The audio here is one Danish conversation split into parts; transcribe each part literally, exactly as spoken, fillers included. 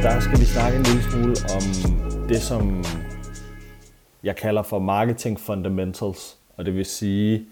der skal vi snakke en lille smule om det, som jeg kalder for marketing fundamentals. Og det vil sige,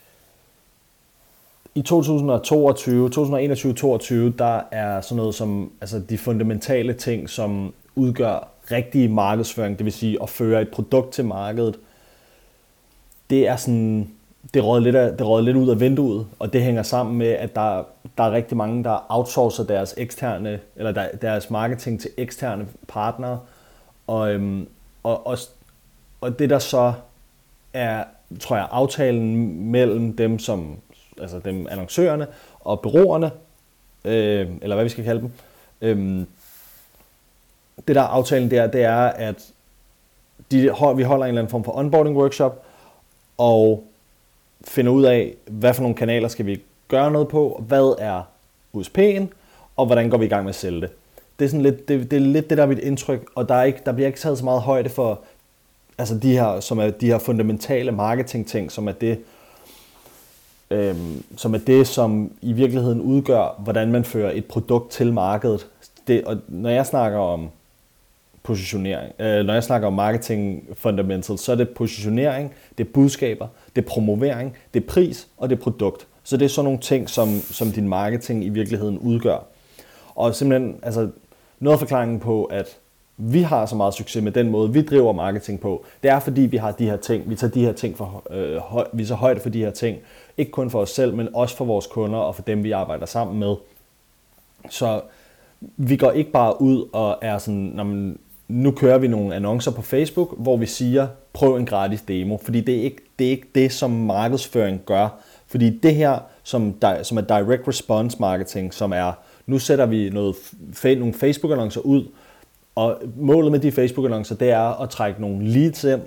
i to tusind og toogtyve, to tusind og enogtyve til toogtyve, der er sådan noget som altså de fundamentale ting, som udgør rigtig markedsføring, det vil sige at føre et produkt til markedet. Det er sådan, det råder lidt, af, det råder lidt ud af vinduet, og det hænger sammen med, at der, der er rigtig mange, der outsourcer deres eksterne, eller der, deres marketing til eksterne partnere, og, øhm, og, og, og det der så er, tror jeg, aftalen mellem dem som, altså dem annoncørerne og bureauerne, øh, eller hvad vi skal kalde dem, øh, det der aftalen der, det er, at de, vi holder en eller anden form for onboarding workshop, og finder ud af, hvad for nogle kanaler skal vi gøre noget på, hvad er U S P'en, og hvordan går vi i gang med at sælge det. Det er, sådan lidt, det, det er lidt det, der er mit indtryk, og der, er ikke, der bliver ikke taget så meget højde for altså de her, som er de her fundamentale marketing-ting, som er det, øhm, som er det, som i virkeligheden udgør, hvordan man fører et produkt til markedet. Det, og når jeg snakker om positionering, øh, når jeg snakker om marketing fundamentals, så er det positionering, det er budskaber, det er promovering, det er pris og det er produkt. Så det er sådan nogle ting, som, som din marketing i virkeligheden udgør. Og simpelthen, altså noget af forklaringen på, at vi har så meget succes med den måde, vi driver marketing på, det er fordi, vi har de her ting, vi tager de her ting for, øh, høj, vi tager højde for de her ting, ikke kun for os selv, men også for vores kunder og for dem, vi arbejder sammen med. Så vi går ikke bare ud og er sådan, nu kører vi nogle annoncer på Facebook, hvor vi siger, prøv en gratis demo, fordi det er ikke det, er ikke det som markedsføring gør. Fordi det her, som, som er direct response marketing, som er, nu sætter vi noget, nogle Facebook-annoncer ud, og målet med de Facebook-annoncer, det er at trække nogle leads ind,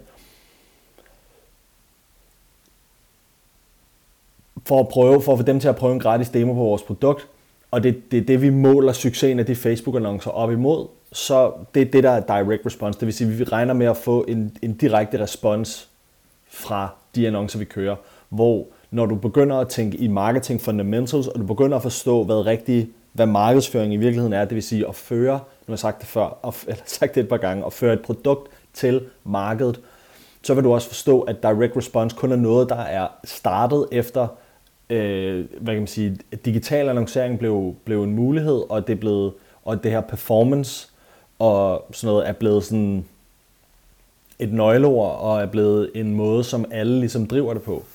for at prøve, for at få dem til at prøve en gratis demo på vores produkt. Og det, det er det, vi måler succesen af de Facebook-annoncer op imod. Så det er det, der er direct response. Det vil sige, at vi regner med at få en, en direkte respons fra de annoncer, vi kører. Hvor når du begynder at tænke i marketing fundamentals, og du begynder at forstå, hvad rigtig, hvad markedsføring i virkeligheden er, det vil sige at føre, nu har jeg sagt det før, eller sagt det et par gange, at føre et produkt til markedet, så vil du også forstå, at direct response kun er noget, der er startet efter, øh, hvad kan man sige, digital annoncering blev, blev en mulighed, og det er blevet, og det her performance og sådan noget er blevet sådan et nøgleord, og er blevet en måde, som alle ligesom driver det på.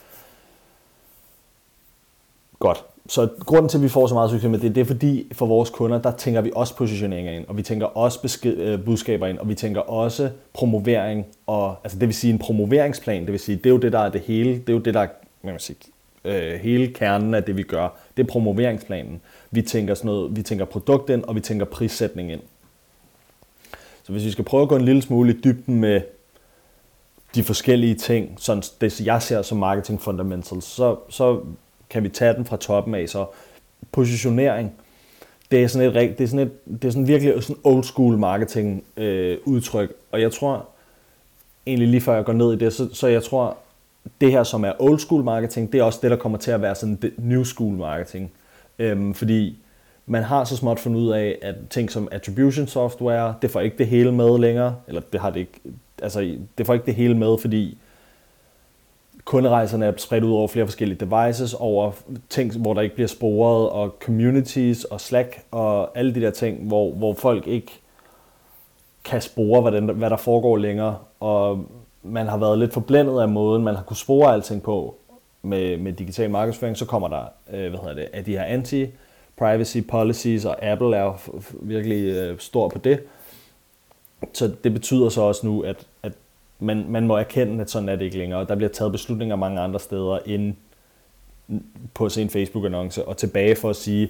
Godt. Så grunden til, at vi får så meget succes med det, det er fordi, for vores kunder, der tænker vi også positioneringer ind, og vi tænker også besked, budskaber ind, og vi tænker også promovering, og altså det vil sige en promoveringsplan, det vil sige, det er jo det, der er det hele, det er jo det, der er, hvad man sige, øh, hele kernen af det, vi gør. Det er promoveringsplanen. Vi tænker sådan noget, vi tænker produkt ind, og vi tænker prissætning ind. Så hvis vi skal prøve at gå en lille smule i dybden med de forskellige ting, sådan det jeg ser som marketing fundamentals, så, så kan vi tage den fra toppen af. Så positionering, det er sådan et, det er sådan et, det er sådan virkelig sådan old school marketing øh, udtryk, og jeg tror egentlig lige før jeg går ned i det, så, så jeg tror det her som er old school marketing, det er også det der kommer til at være sådan new school marketing, øhm, fordi man har så småt fundet ud af, at ting som attribution software, det får ikke det hele med længere, eller det har det ikke, altså det får ikke det hele med, fordi kunderejserne er spredt ud over flere forskellige devices, over ting, hvor der ikke bliver sporet, og communities og Slack og alle de der ting, hvor, hvor folk ikke kan spore, hvad, den, hvad der foregår længere, og man har været lidt forblændet af måden, man har kunnet spore alting på med, med digital markedsføring, så kommer der, øh, hvad hedder det, af de her anti-privacy policies, og Apple er jo virkelig øh, stor på det. Så det betyder så også nu, at, at man, man må erkende, at sådan er det ikke længere, og der bliver taget beslutninger mange andre steder end på at se en Facebook-annonce, og tilbage for at sige,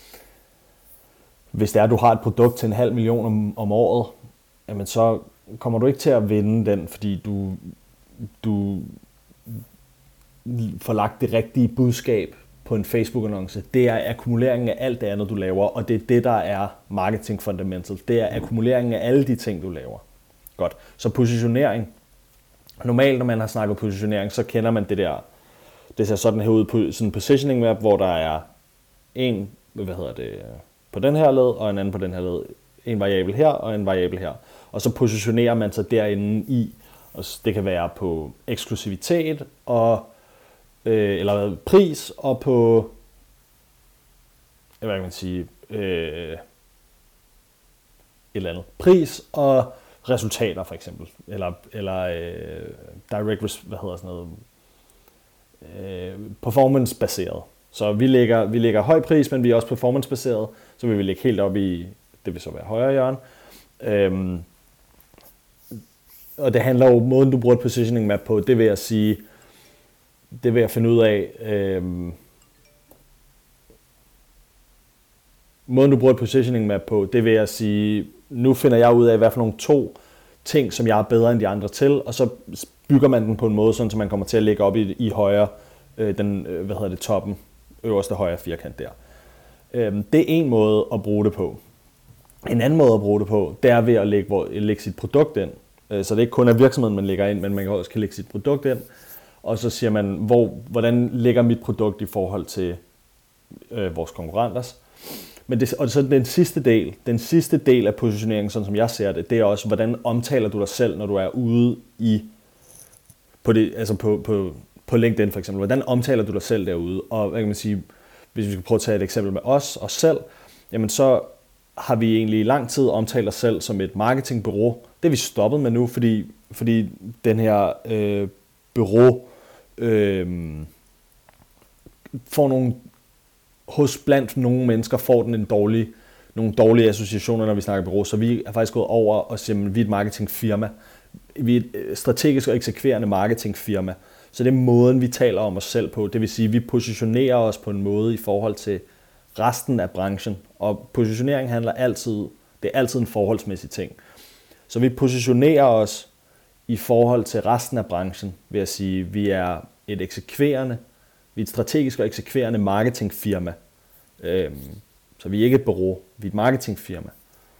hvis det er, at du har et produkt til en halv million om, om året, jamen så kommer du ikke til at vinde den, fordi du, du får lagt det rigtige budskab på en Facebook-annonce. Det er akkumuleringen af alt det andet, du laver, og det er det, der er marketing fundamentals. Det er akkumuleringen af alle de ting, du laver. Godt. Så positionering. Normalt, når man har snakket positionering, så kender man det der, det ser sådan her ud på sådan en positioning map, hvor der er en, hvad hedder det, på den her led, og en anden på den her led. en variabel her og en variabel her. Og så positionerer man sig derinde i, og det kan være på eksklusivitet, og, øh, eller pris, og på, hvad kan man sige, øh, et eller andet. Pris og resultater for eksempel, eller, eller øh, direct, hvad hedder sådan noget, øh, performance-baseret. Så vi lægger, vi lægger høj pris, men vi er også performance-baseret, så vi vil lægge helt op i, det vil så være højre hjørne. Øhm, og det handler jo, måden du bruger et positioning map på, det vil jeg sige, det vil jeg finde ud af, øhm, måden du bruger et positioning map på, det vil jeg sige, nu finder jeg ud af, hvad for nogle to ting, som jeg er bedre end de andre til, og så bygger man den på en måde, sådan, så man kommer til at lægge op i, i højre, øh, den, øh, hvad hedder det, toppen, øverste højre firkant der. Øhm, det er en måde at bruge det på. En anden måde at bruge det på, det er ved at lægge, hvor, lægge sit produkt ind. Øh, så det er ikke kun er virksomheden, man lægger ind, men man kan også kan lægge sit produkt ind, og så siger man, hvor, hvordan ligger mit produkt i forhold til øh, vores konkurrenters. Men det, og så den sidste del, den sidste del af positioneringen, sådan som jeg ser det, det er også, hvordan omtaler du dig selv, når du er ude i, på, det, altså på, på, på LinkedIn for eksempel. Hvordan omtaler du dig selv derude? Og hvad kan man sige, hvis vi skal prøve at tage et eksempel med os, os selv, jamen så har vi egentlig i lang tid omtalt os selv som et marketingbureau. Det er vi stoppet med nu, fordi, fordi den her øh, bureau øh, får nogle, hos blandt nogle mennesker får den en dårlig, nogle dårlige associationer, når vi snakker bureau. Så vi har faktisk gået over og siger, at vi er et marketingfirma. Vi er et strategisk og eksekverende marketingfirma. Så det er måden, vi taler om os selv på. Det vil sige, at vi positionerer os på en måde i forhold til resten af branchen. Og positionering handler altid, det er altid en forholdsmæssig ting. Så vi positionerer os i forhold til resten af branchen, ved at sige, at vi er et eksekverende, vi er et strategisk og eksekverende marketingfirma. Så vi er ikke et bureau, vi er et marketingfirma.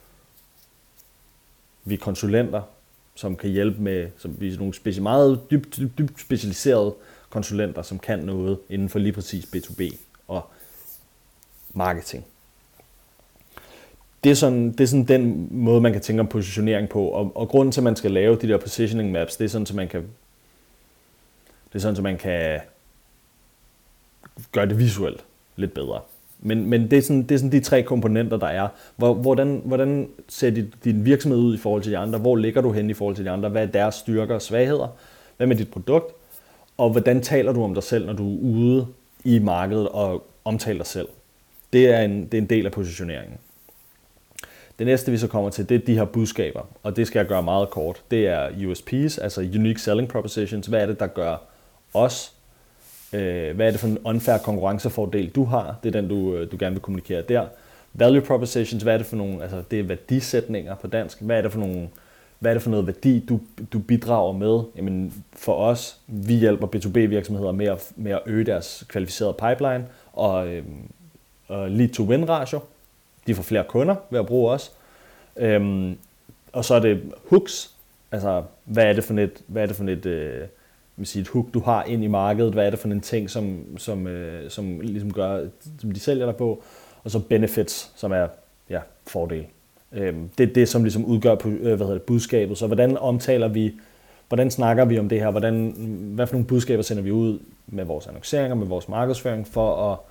Vi er konsulenter, som kan hjælpe med, som vi er nogle speci- meget dybt, dybt, dybt specialiserede konsulenter, som kan noget inden for lige præcis B to B og marketing. Det er sådan, det er sådan den måde, man kan tænke om positionering på, og, og grunden til, at man skal lave de der positioning maps, det er sådan, at man kan, det er sådan, at man kan gøre det visuelt lidt bedre. Men, men det, er sådan, det er sådan de tre komponenter, der er. Hvordan, hvordan ser dit, din virksomhed ud i forhold til de andre? Hvor ligger du hen i forhold til de andre? Hvad er deres styrker og svagheder? Hvad med dit produkt? Og hvordan taler du om dig selv, når du er ude i markedet og omtaler dig selv? Det er en, det er en del af positioneringen. Det næste, vi så kommer til, det er de her budskaber. Og det skal jeg gøre meget kort. Det er U S P's, altså Unique Selling Propositions. Hvad er det, der gør os? Hvad er det for en unfair konkurrencefordel, du har? Det er den, du, du gerne vil kommunikere der. Value propositions, hvad er det for nogle, altså det er værdisætninger på dansk. Hvad er det for nogle, hvad er det for noget værdi, du, du bidrager med? Jamen for os, vi hjælper B to B virksomheder med at, med at øge deres kvalificerede pipeline og, øhm, og lead to win ratio. De får flere kunder ved at bruge os. Øhm, og så er det hooks, altså hvad er det for et, hvad er det for et øh, sige, et hook, du har ind i markedet, hvad er det for en ting, som, som, øh, som ligesom gør, som de sælger dig på, og så benefits, som er ja, fordel. Øhm, det er det, som ligesom udgør øh, hvad hedder det, budskabet. Så hvordan omtaler vi, hvordan snakker vi om det her, hvordan, hvad for nogle budskaber sender vi ud med vores annonceringer, med vores markedsføring, for at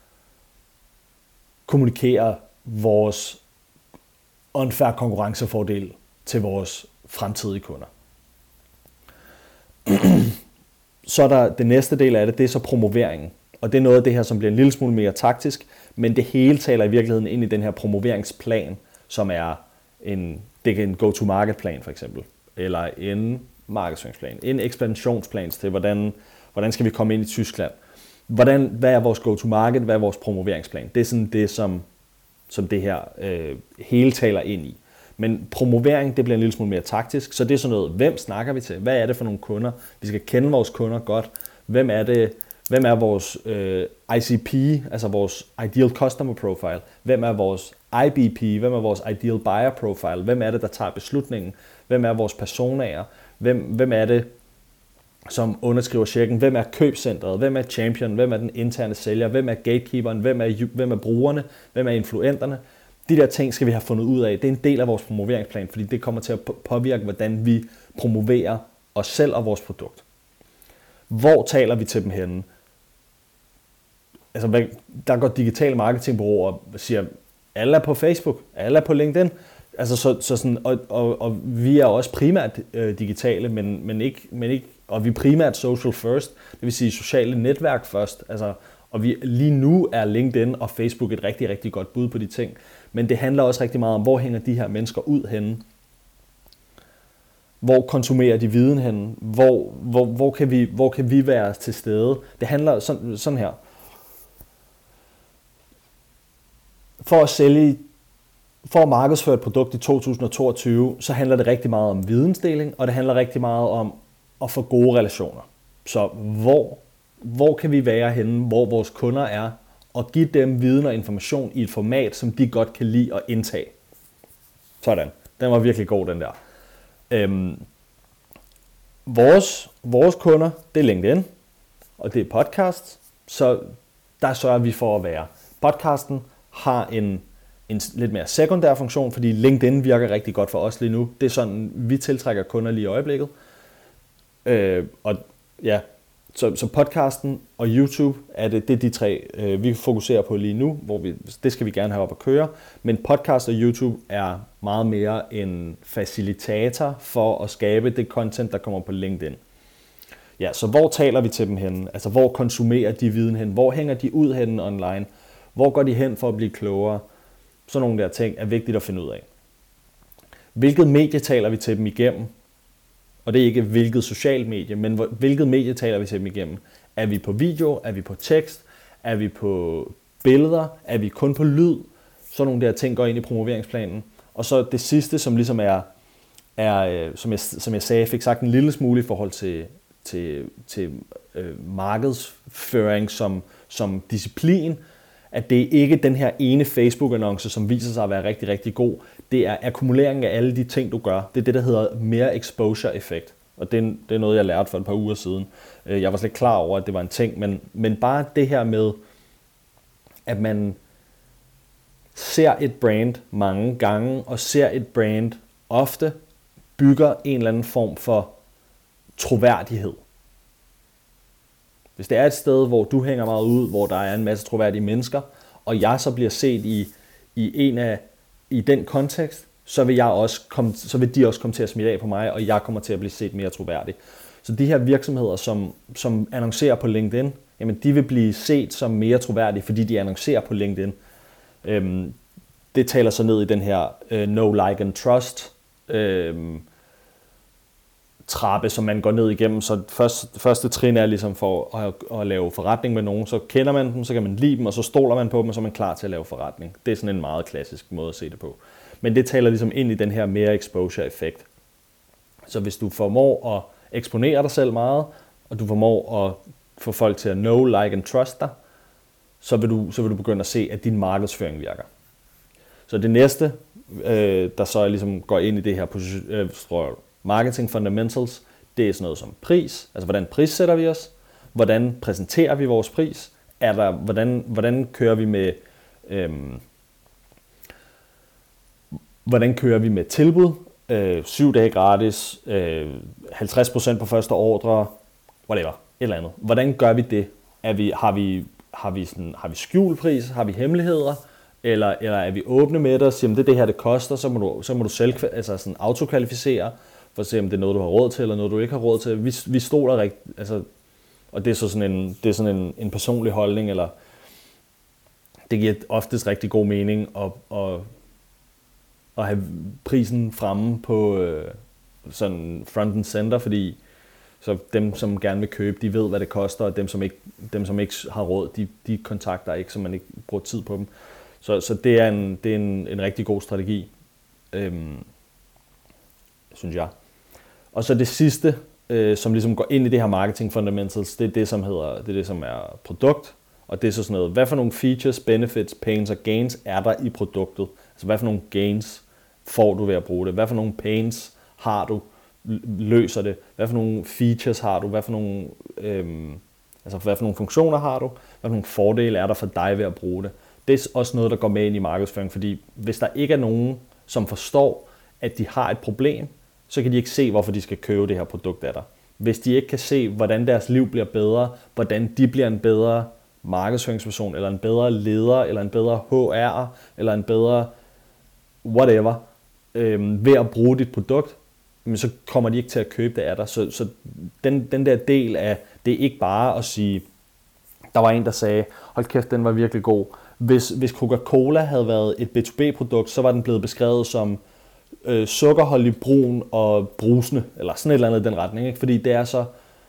kommunikere vores unfair konkurrencefordel til vores fremtidige kunder. Så er der det næste del af det, det er så promoveringen. Og det er noget af det her, som bliver en lille smule mere taktisk, men det hele taler i virkeligheden ind i den her promoveringsplan, som er en, det er en go-to-market-plan for eksempel, eller en markedsføringsplan, en ekspansionsplan til, hvordan, hvordan skal vi komme ind i Tyskland. Hvordan, hvad er vores go-to-market, hvad er vores promoveringsplan? Det er sådan det, som, som det her øh, hele taler ind i. Men promovering, det bliver en lille smule mere taktisk, så det er sådan noget, hvem snakker vi til? Hvad er det for nogle kunder? Vi skal kende vores kunder godt. Hvem er det? Hvem er vores øh, I C P, altså vores Ideal Customer Profile? Hvem er vores I B P? Hvem er vores Ideal Buyer Profile? Hvem er det, der tager beslutningen? Hvem er vores personaer? Hvem, hvem er det, som underskriver checken? Hvem er købscentret? Hvem er champion? Hvem er den interne sælger? Hvem er gatekeeperen? Hvem er, hvem er brugerne? Hvem er influenterne? De der ting skal vi have fundet ud af. Det er en del af vores promoveringsplan, fordi det kommer til at påvirke, hvordan vi promoverer os selv og vores produkt. Hvor taler vi til dem henne? Altså, der går digitale marketingbureauer og siger, alle er på Facebook, alle er på LinkedIn. Altså, så, så sådan, og, og, og vi er også primært øh, digitale, men, men, ikke, men ikke, og vi er primært social first, det vil sige sociale netværk først. Altså, og vi, lige nu er LinkedIn og Facebook et rigtig, rigtig godt bud på de ting. Men det handler også rigtig meget om, hvor hænger de her mennesker ud henne? Hvor konsumerer de viden henne? Hvor, hvor, hvor, kan, vi, hvor kan vi være til stede? Det handler sådan, sådan her. For at sælge, for at markedsføre et produkt i to tusind og toogtyve, så handler det rigtig meget om vidensdeling, og det handler rigtig meget om at få gode relationer. Så hvor, hvor kan vi være henne, hvor vores kunder er, og give dem viden og information i et format, som de godt kan lide at indtage. Sådan. Den var virkelig god, den der. Øhm, vores, vores kunder, det er LinkedIn, og det er podcast, så der sørger vi for at være. Podcasten har en, en lidt mere sekundær funktion, fordi LinkedIn virker rigtig godt for os lige nu. Det er sådan, vi tiltrækker kunder lige i øjeblikket. Øh, og ja, så, så podcasten og YouTube er det, det er de tre, øh, vi fokuserer på lige nu, hvor vi, det skal vi gerne have op at køre. Men podcast og YouTube er meget mere en facilitator for at skabe det content, der kommer på LinkedIn. Ja, så hvor taler vi til dem henne? Altså, hvor konsumerer de viden hen? Hvor hænger de ud henne online? Hvor går de hen for at blive klogere? Sådan nogle der ting er vigtigt at finde ud af. Hvilket medie taler vi til dem igennem? Og det er ikke hvilket socialt medie, men hvilket medie taler vi til dem igennem? Er vi på video? Er vi på tekst? Er vi på billeder? Er vi kun på lyd? Sådan nogle der ting går ind i promoveringsplanen. Og så det sidste, som ligesom er, er som, jeg, som jeg sagde, fik sagt en lille smule i forhold til, til, til øh, markedsføring som, som disciplin, at det ikke er den her ene Facebook-annonce, som viser sig at være rigtig, rigtig god. Det er akkumuleringen af alle de ting, du gør. Det er det, der hedder mere exposure-effekt. Og det er, det er noget, jeg lærte for et par uger siden. Jeg var slet ikke klar over, at det var en ting, men, men bare det her med, at man ser et brand mange gange, og ser et brand ofte, bygger en eller anden form for troværdighed. Hvis det er et sted, hvor du hænger meget ud, hvor der er en masse troværdige mennesker, og jeg så bliver set i, i en af i den kontekst, så vil jeg også komme, så vil de også komme til at smitte af på mig, og jeg kommer til at blive set mere troværdig. Så de her virksomheder, som, som annoncerer på LinkedIn, jamen de vil blive set som mere troværdige, fordi de annoncerer på LinkedIn. Øhm, det taler så ned i den her uh, no, like and trust øhm, trappe, som man går ned igennem. Så først, første trin er ligesom for at, at lave forretning med nogen. Så kender man dem, så kan man lide dem, og så stoler man på dem, og så er man klar til at lave forretning. Det er sådan en meget klassisk måde at se det på. Men det taler ligesom ind i den her mere exposure-effekt. Så hvis du formår at eksponere dig selv meget, og du formår at få folk til at know, like and trust dig, så vil du, så vil du begynde at se, at din markedsføring virker. Så det næste, øh, der så ligesom går ind i det her position, øh, marketing fundamentals, det er sådan noget som pris, altså hvordan prissætter vi os, hvordan præsenterer vi vores pris, er der, hvordan, hvordan kører vi med øhm, hvordan kører vi med tilbud, øh, syv dage gratis, øh, halvtreds procent på første ordre, whatever, et eller andet. Hvordan gør vi det? Er vi, har vi, har vi, sådan, har vi skjulpris, har vi hemmeligheder, eller, eller er vi åbne med det og siger, det er det her, det koster, så må du, så må du selv altså sådan autokvalificere, for at se, om det er noget, du har råd til, eller noget, du ikke har råd til. Vi, vi stoler rigtigt, altså, og det er så sådan en, det er sådan en, en personlig holdning, eller det giver oftest rigtig god mening at, at, at have prisen fremme på øh, sådan front and center, fordi så dem, som gerne vil købe, de ved, hvad det koster, og dem, som ikke, dem, som ikke har råd, de, de kontakter ikke, så man ikke bruger tid på dem. Så, så det er, en, det er en, en rigtig god strategi, øhm, synes jeg. Og så det sidste, øh, som ligesom går ind i det her marketing fundamentals, det er det, som hedder, det er det, som er produkt. Og det er så sådan noget, hvad for nogle features, benefits, pains og gains er der i produktet? Altså hvad for nogle gains får du ved at bruge det? Hvad for nogle pains har du, løser det? Hvad for nogle features har du? Hvad for nogle, øhm, altså hvad for nogle funktioner har du? Hvad for nogle fordele er der for dig ved at bruge det? Det er også noget, der går med ind i markedsføring, fordi hvis der ikke er nogen, som forstår, at de har et problem, så kan de ikke se, hvorfor de skal købe det her produkt af dig. Hvis de ikke kan se, hvordan deres liv bliver bedre, hvordan de bliver en bedre markedsføringsperson, eller en bedre leder, eller en bedre H R, eller en bedre whatever, øh, ved at bruge dit produkt, men så kommer de ikke til at købe det af dig. Så, så den, den der del af, det er ikke bare at sige, der var en, der sagde, hold kæft, den var virkelig god. Hvis, hvis Coca-Cola havde været et B to B-produkt, så var den blevet beskrevet som øh, sukkerholdig, brun og brusende, eller sådan et eller andet i den retning, ikke? Fordi det er så,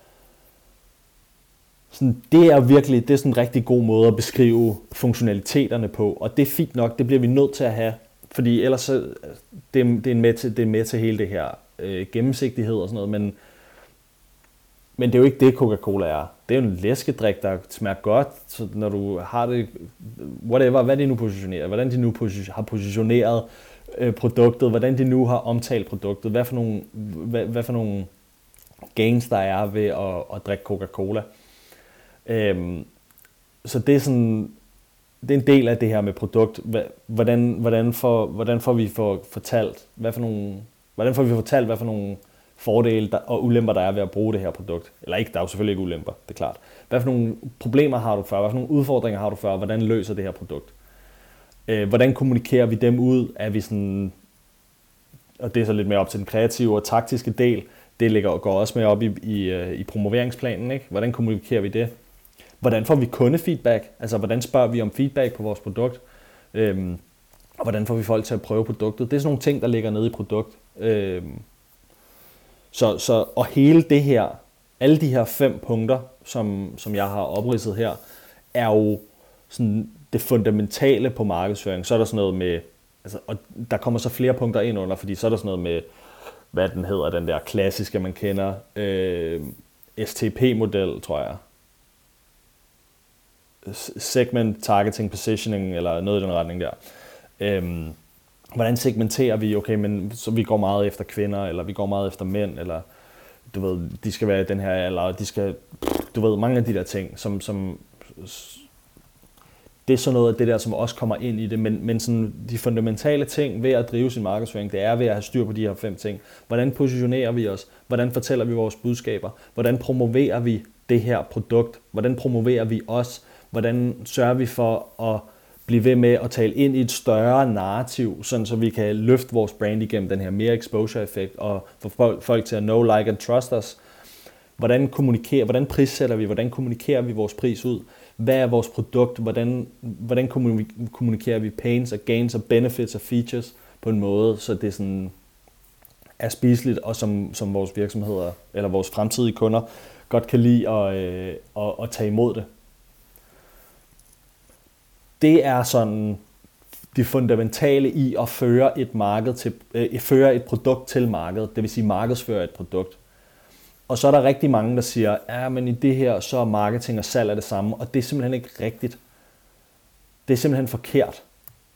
sådan, det er virkelig, det er sådan en rigtig god måde at beskrive funktionaliteterne på, og det er fint nok, det bliver vi nødt til at have, fordi ellers så, det, er, det, er med til, det er med til hele det her øh, gennemsigtighed og sådan noget, men, men det er jo ikke det, Coca-Cola er. Det er jo en læskedrik, der smager godt, så når du har det, whatever, hvad de nu positionerer, hvordan de nu har positioneret øh, produktet, hvordan de nu har omtalt produktet, hvad for nogle, hvad, hvad for nogle gains der er ved at, at drikke Coca-Cola. Øhm, så det er sådan, det er en del af det her med produkt. Hvordan, hvordan, får, hvordan får vi for, fortalt, hvad for nogle, hvordan får vi fortalt, hvad for nogle fordele der, og ulemper der er ved at bruge det her produkt? Eller ikke, der er jo selvfølgelig ikke ulemper, det er klart. Hvad for nogle problemer har du før? Hvad for nogle udfordringer har du før? Hvordan løser det her produkt? Øh, hvordan kommunikerer vi dem ud? Er vi sådan, og det er så lidt mere op til den kreative og taktiske del. Det ligger, går også med op i, i, i promoveringsplanen, ikke? Hvordan kommunikerer vi det? Hvordan får vi kundefeedback? Altså, hvordan spørger vi om feedback på vores produkt? Øhm, og hvordan får vi folk til at prøve produktet? Det er sådan nogle ting, der ligger nede i produkt. Øhm, så, så, og hele det her, alle de her fem punkter, som, som jeg har opridset her, er jo sådan det fundamentale på markedsføring. Så er der sådan noget med, altså, og der kommer så flere punkter ind under, fordi så er der sådan noget med, hvad den hedder, den der klassiske, man kender, øh, S T P-model, tror jeg. Segment, targeting, positioning, eller noget i den retning der. Øhm, hvordan segmenterer vi? Okay, men så vi går meget efter kvinder, eller vi går meget efter mænd, eller du ved, de skal være den her alder, de skal, du ved, mange af de der ting, som, som det er sådan noget af det der, som også kommer ind i det, men, men sådan de fundamentale ting ved at drive sin markedsføring, det er ved at have styr på de her fem ting. Hvordan positionerer vi os? Hvordan fortæller vi vores budskaber? Hvordan promoverer vi det her produkt? Hvordan promoverer vi os? Hvordan sørger vi for at blive ved med at tale ind i et større narrativ, sådan så vi kan løfte vores brand igennem den her mere exposure-effekt og få folk til at know, like and trust us? Hvordan kommunikerer, hvordan prissætter vi? Hvordan kommunikerer vi vores pris ud? Hvad er vores produkt? Hvordan, hvordan kommunikerer vi pains og gains og benefits og features på en måde, så det sådan er spiseligt, og som, som vores virksomheder eller vores fremtidige kunder godt kan lide at, øh, at, at tage imod det. Det er sådan det fundamentale i at føre et, marked til, øh, føre et produkt til markedet, det vil sige markedsføre et produkt. Og så er der rigtig mange, der siger, ja, men i det her, så er marketing og salg er det samme, og det er simpelthen ikke rigtigt. Det er simpelthen forkert.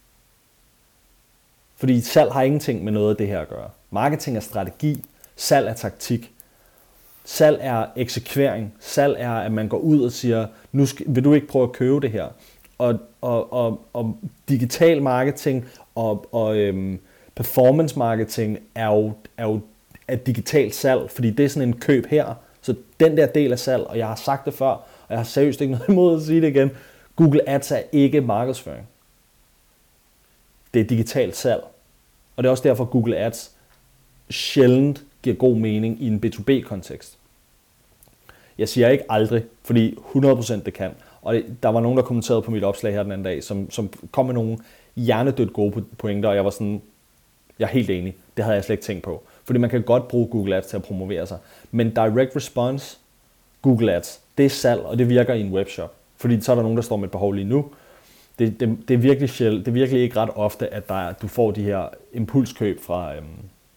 Fordi salg har ingenting med noget af det her at gøre. Marketing er strategi, salg er taktik. Salg er eksekvering. Salg er, at man går ud og siger, nu skal, vil du ikke prøve at købe det her? Og, og, og, og digital marketing og, og øhm, performance marketing er jo, er jo er digitalt salg, fordi det er sådan en køb her. Så den der del af salg, og jeg har sagt det før, og jeg har seriøst ikke noget imod at sige det igen, Google Ads er ikke markedsføring. Det er digitalt salg. Og det er også derfor, Google Ads sjældent giver god mening i en B to B-kontekst. Jeg siger ikke aldrig, fordi hundrede procent det kan. Og det, der var nogen, der kommenterede på mit opslag her den anden dag, som, som kom med nogle hjernedødt gode pointer, og jeg var sådan, jeg er helt enig. Det havde jeg slet ikke tænkt på. Fordi man kan godt bruge Google Ads til at promovere sig. Men direct response, Google Ads, det er salg, og det virker i en webshop. Fordi så er der nogen, der står med et behov lige nu. Det, det, det, er, virkelig sjældent, det er virkelig ikke ret ofte, at der er, du får de her impulskøb fra, øhm,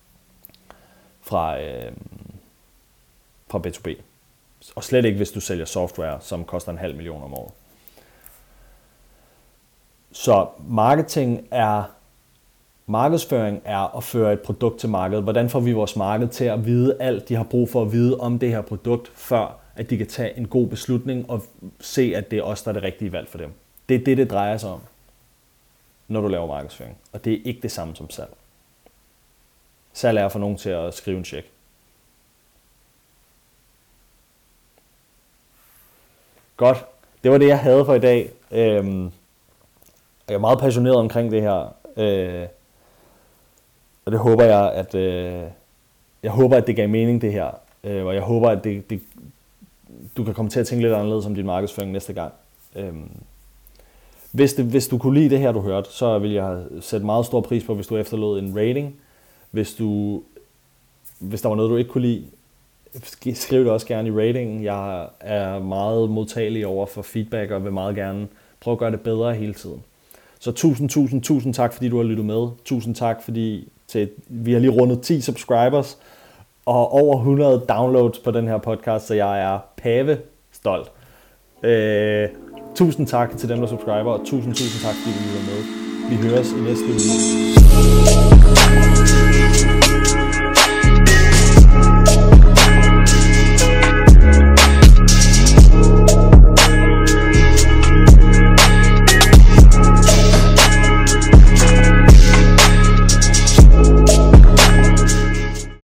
fra, øhm, fra B to B. Og slet ikke, hvis du sælger software, som koster en halv million om året. Så marketing er... Markedsføring er at føre et produkt til markedet. Hvordan får vi vores marked til at vide alt, de har brug for at vide om det her produkt, før at de kan tage en god beslutning og se, at det er os, der er det rigtige valg for dem. Det er det, det drejer sig om. når du laver markedsføring. Og det er ikke det samme som salg. Salg er for nogen til at skrive en check. Godt. Det var det, jeg havde for i dag. Øhm, jeg er meget passioneret omkring det her. Øh, og det håber jeg, at øh, jeg håber, at det gav mening, det her. Øh, og jeg håber, at det, det, du kan komme til at tænke lidt anderledes om din markedsføring næste gang. Øhm, hvis, det, hvis du kunne lide det her, du hørte, så vil jeg sætte meget stor pris på, hvis du efterlod en rating. Hvis, du, hvis der var noget, du ikke kunne lide, skriv det også gerne i ratingen. Jeg er meget modtagelig over for feedback og vil meget gerne prøve at gøre det bedre hele tiden. Så tusind, tusind, tusind tak, fordi du har lyttet med. Tusind tak, fordi til, vi har lige rundet ti subscribers og over hundrede downloads på den her podcast, så jeg er pave stolt. Øh, tusind tak til dem, der subscriber, og tusind, tusind tak, fordi du lytter med. Vi høres i næste uge.